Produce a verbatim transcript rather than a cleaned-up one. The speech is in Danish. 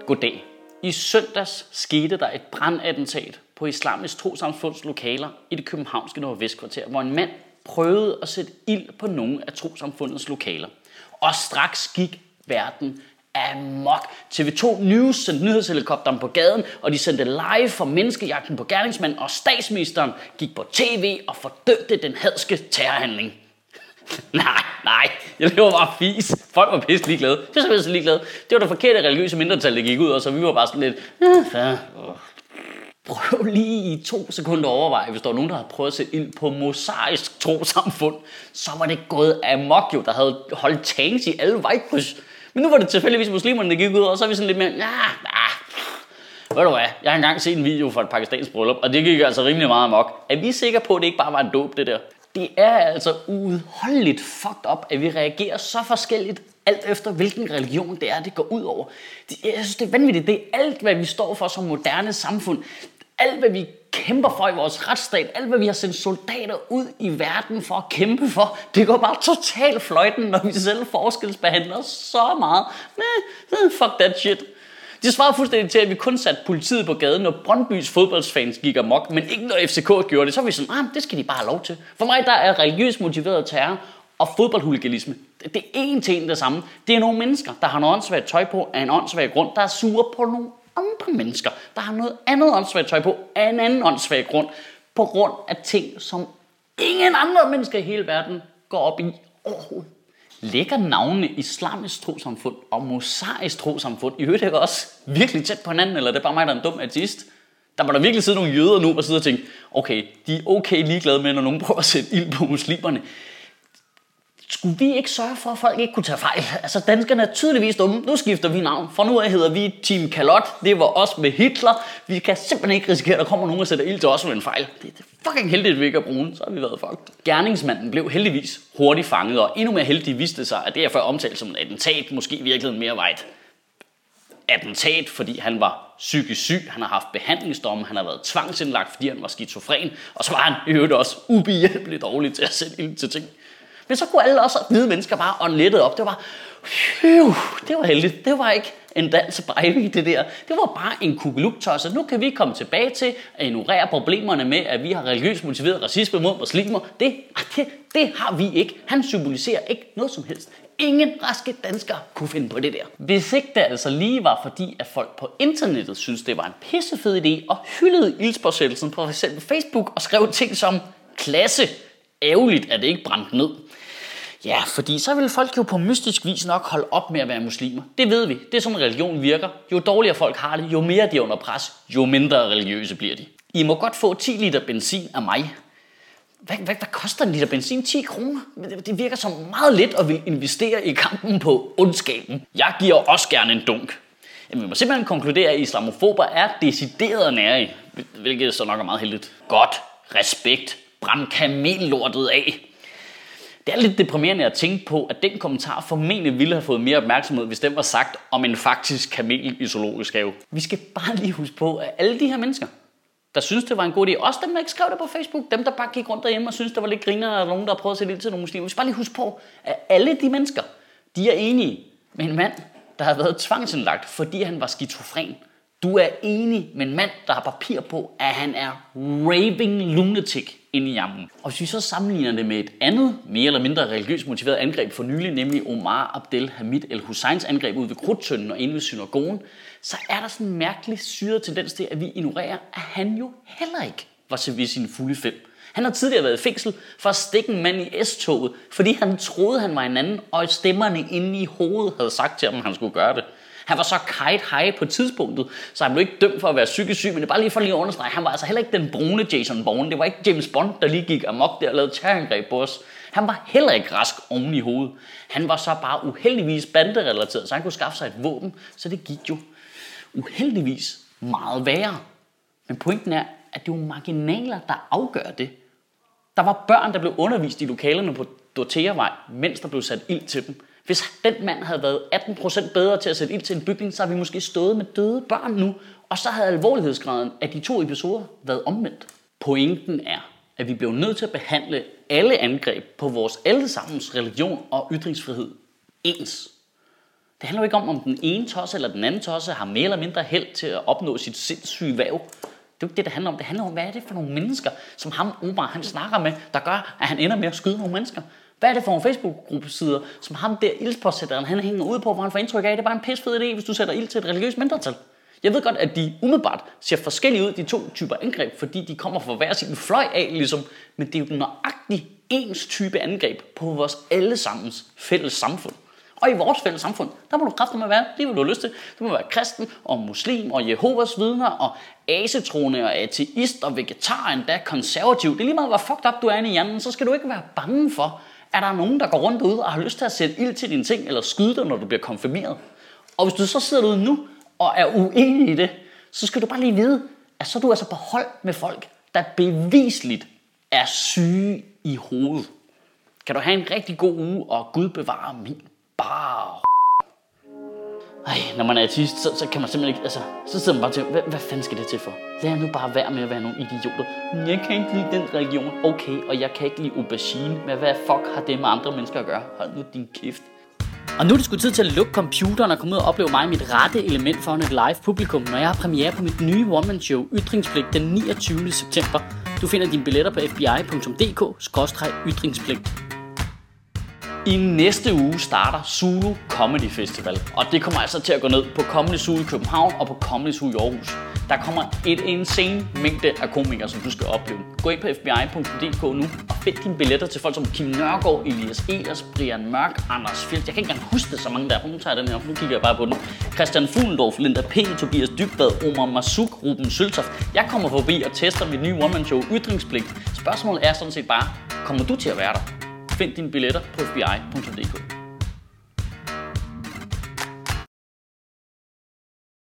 Goddag. I søndags skete der et brandattentat på Islamisk Trossamfunds lokaler i det københavnske Nordvestkvarter, hvor en mand prøvede at sætte ild på nogle af trossamfundets lokaler. Og straks gik verden amok. T V to News sendte nyhedshelikopteren på gaden, og de sendte live for menneskejagten på gerningsmanden, og statsministeren gik på tv og fordømte den hadske terrorhandling. nej, nej, jeg lever bare fis. Folk var pisse ligeglade. Det var simpelthen ligeglade. Det var det forkerte religiøse mindretal, der gik ud, og så vi var bare sådan lidt... Ja, prøv lige i to sekunder at overveje, hvis der var nogen, der havde prøvet at sætte ild på mosaisk trossamfund, så var det gået amok jo, der havde holdt tanks i alle vejkryds. Men nu var det tilfældigvis muslimerne, der gik ud, og så er vi sådan lidt mere... Ja, ja. Ved du hvad, jeg har engang set en video fra et pakistansk bryllup, og det gik altså rimelig meget amok. Er vi sikre på, at det ikke bare var en dåb, det der? Det er altså uudholdeligt fucked up, at vi reagerer så forskelligt, alt efter hvilken religion det er, det går ud over. Det, jeg synes, det er vanvittigt. Det er alt, hvad vi står for som moderne samfund. Alt, hvad vi kæmper for i vores retsstat. Alt, hvad vi har sendt soldater ud i verden for at kæmpe for. Det går bare totalt fløjten, når vi selv forskelsbehandler så meget. Men fuck that shit. De svarede fuldstændig til, at vi kun satte politiet på gaden, når Brøndbys fodboldsfans gik amok, men ikke når F C K gjorde det. Så var vi sådan, ah, det skal de bare have lov til. For mig der er religiøst motiveret terror og fodboldhuliganisme. Det er en til en det samme. Det er nogle mennesker, der har noget åndssvagt tøj på af en åndssvag grund, der er sure på nogle andre mennesker, der har noget andet åndssvagt tøj på af en anden åndssvag grund, på grund af ting, som ingen andre mennesker i hele verden går op i overhovedet. Lægger navnene Islamisk Trossamfund og Mosaisk Trossamfund i øvrigt ikke også virkelig tæt på hinanden, eller det er bare mig, der er en dum ateist? Der må der virkelig sidde nogle jøder nu og sidde og tænke, okay, de er okay ligeglade med, når nogen prøver at sætte ild på muslimerne. Skulle vi ikke sørge for, at folk ikke kunne tage fejl? Altså, danskerne er tydeligvis dumme. Nu skifter vi navn. For nu af hedder vi Team Kalot. Det var os med Hitler. Vi kan simpelthen ikke risikere, at der kommer nogen og sætter ild til os med en fejl. Det er fucking heldigt, at vi ikke er brune. Så har vi været fucked. Gerningsmanden blev heldigvis hurtigt fanget, og endnu mere heldigt viste sig, at det er før omtalt som et attentat, måske i virkeligheden mere var et attentat, fordi han var psykisk syg, han har haft behandlingsdomme, han har været tvangsindlagt, fordi han var skizofren, og så var han i øvrigt også ubehjælpeligt dårlig til at sætte ild til ting. Men så kunne alle også hvide mennesker bare ånlettet op. Det var bare, det var heldigt. Det var ikke en dans Breivik, det der. Det var bare en kugeluk-tosser. Nu kan vi komme tilbage til at ignorere problemerne med, at vi har religiøst motiveret racisme mod muslimer. Det, det, det har vi ikke. Han symboliserer ikke noget som helst. Ingen raske danskere kunne finde på det der. Hvis ikke det altså lige var fordi, at folk på internettet synes det var en pissefed idé og hyldede ildspåsættelsen på f.eks. Facebook og skrev ting som klasse. Ærgerligt, at det ikke brændte ned. Ja, fordi så vil folk jo på mystisk vis nok holde op med at være muslimer. Det ved vi. Det er sådan, religion virker. Jo dårligere folk har det, jo mere de er under pres, jo mindre religiøse bliver de. I må godt få ti liter benzin af mig. Hvad, hvad, hvad koster en liter benzin? ti kroner? Det virker som meget let at vil investere i kampen på ondskaben. Jeg giver også gerne en dunk. Jamen, vi må simpelthen konkludere, at islamofober er decideret nære, hvilket så nok er meget heldigt. Godt. Respekt. Brænd kamellortet af. Det er lidt deprimerende at tænke på, at den kommentar formentlig ville have fået mere opmærksomhed, hvis den var sagt om en faktisk kamel i zoologisk have. Vi skal bare lige huske på, at alle de her mennesker, der synes det var en god idé, også dem, der ikke skrev det på Facebook, dem, der bare gik rundt derhjemme og synes det var lidt griner, og nogen, der prøvede at sætte ild til nogle muslimer. Vi skal bare lige huske på, at alle de mennesker, de er enige med en mand, der har været tvangsindlagt, fordi han var skizofren. Du er enig med en mand, der har papir på, at han er raving lunatic inde i jammen. Og hvis vi så sammenligner det med et andet, mere eller mindre religiøst motiveret angreb for nylig, nemlig Omar Abdel Hamid El Husseins angreb ude ved Krudttønden og inde ved synagogen, så er der sådan en mærkelig syret tendens til, at vi ignorerer, at han jo heller ikke var ved sine fulde fem. Han har tidligere været i fængsel for at stikke en mand i S-toget, fordi han troede, han var en anden, og stemmerne inde i hovedet havde sagt til ham, at han skulle gøre det. Han var så kite high på tidspunktet, så han blev ikke dømt for at være psykisk syg, men det er bare lige for lige at understrege, han var altså heller ikke den brune Jason Bourne. Det var ikke James Bond, der lige gik amok der og lavede terrorangreb på os. Han var heller ikke rask oven i hovedet. Han var så bare uheldigvis banderelateret, så han kunne skaffe sig et våben, så det gik jo uheldigvis meget værre. Men pointen er, at det er jo marginaler, der afgør det. Der var børn, der blev undervist i lokalerne på Dortheavej, mens der blev sat ild til dem. Hvis den mand havde været atten procent bedre til at sætte ild til en bygning, så har vi måske stået med døde børn nu, og så havde alvorlighedsgraden af de to episoder været omvendt. Pointen er, at vi bliver nødt til at behandle alle angreb på vores allesammens religion og ytringsfrihed ens. Det handler jo ikke om, om den ene tosse eller den anden tosse har mere eller mindre held til at opnå sit sindssyge væv. Det er jo ikke det, det handler om. Det handler om, hvad er det for nogle mennesker, som ham Omar han snakker med, der gør, at han ender med at skyde nogle mennesker. Hvad er det for nogle Facebook-gruppesider, som ham der ildspåsætteren, han hænger ud på, hvor han får indtryk af, det er bare en pissfed idé, hvis du sætter ild til et religiøst mindretal. Jeg ved godt, at de umiddelbart ser forskellige ud, de to typer angreb, fordi de kommer fra hver sin fløj af, ligesom. Men det er jo nøjagtigt ens type angreb på vores allesammens fælles samfund. Og i vores fælles samfund, der må du kræfte med at være det, vil du have lyst til. Du må være kristen og muslim og Jehovas vidner og asetroende og ateist og vegetar, endda konservativ. Det er lige meget, hvor fucked up du er inde i hjernen, så skal du ikke være bange for, at der er nogen, der går rundt ude og har lyst til at sætte ild til dine ting eller skyde dig, når du bliver konfirmeret. Og hvis du så sidder derude nu og er uenig i det, så skal du bare lige vide, at så er du altså på hold med folk, der bevisligt er syge i hovedet. Kan du have en rigtig god uge, og Gud bevare min bare. Ej, når man er artist, så, så kan man simpelthen ikke, altså, så sidder man bare til, hvad, hvad fanden skal det til for? Lad nu bare være med at være nogle idioter. Jeg kan ikke lide den religion, okay, og jeg kan ikke lide aubergine, men hvad fuck har det med andre mennesker at gøre? Hold nu din kæft. Og nu er det sgu tid til at lukke computeren og komme ud og opleve mig i mit rette element foran et live publikum, når jeg har premiere på mit nye one-man-show Ytringspligt den niogtyvende september. Du finder dine billetter på f b i punktum d k skråstreg ytringspligt. I næste uge starter Zulu Comedy Festival, og det kommer altså til at gå ned på Comedy Zoo i København og på Comedy Zoo i Aarhus. Der kommer et insane mængde af komikere, som du skal opleve. Gå ind på f b i punktum d k nu og find dine billetter til folk som Kim Nørgaard, Elias Ehlers, Brian Mørk, Anders Fjeld. Jeg kan ikke engang huske det, så mange der. Nu tager jeg den her, nu kigger jeg bare på den. Christian Fuglendorf, Linda P, Tobias Dybvad, Omar Masuk, Ruben Søltoft. Jeg kommer forbi og tester mit nye one-man-show Ytringspligt. Spørgsmålet er sådan set bare, kommer du til at være der? Find dine billetter på f b i punktum d k.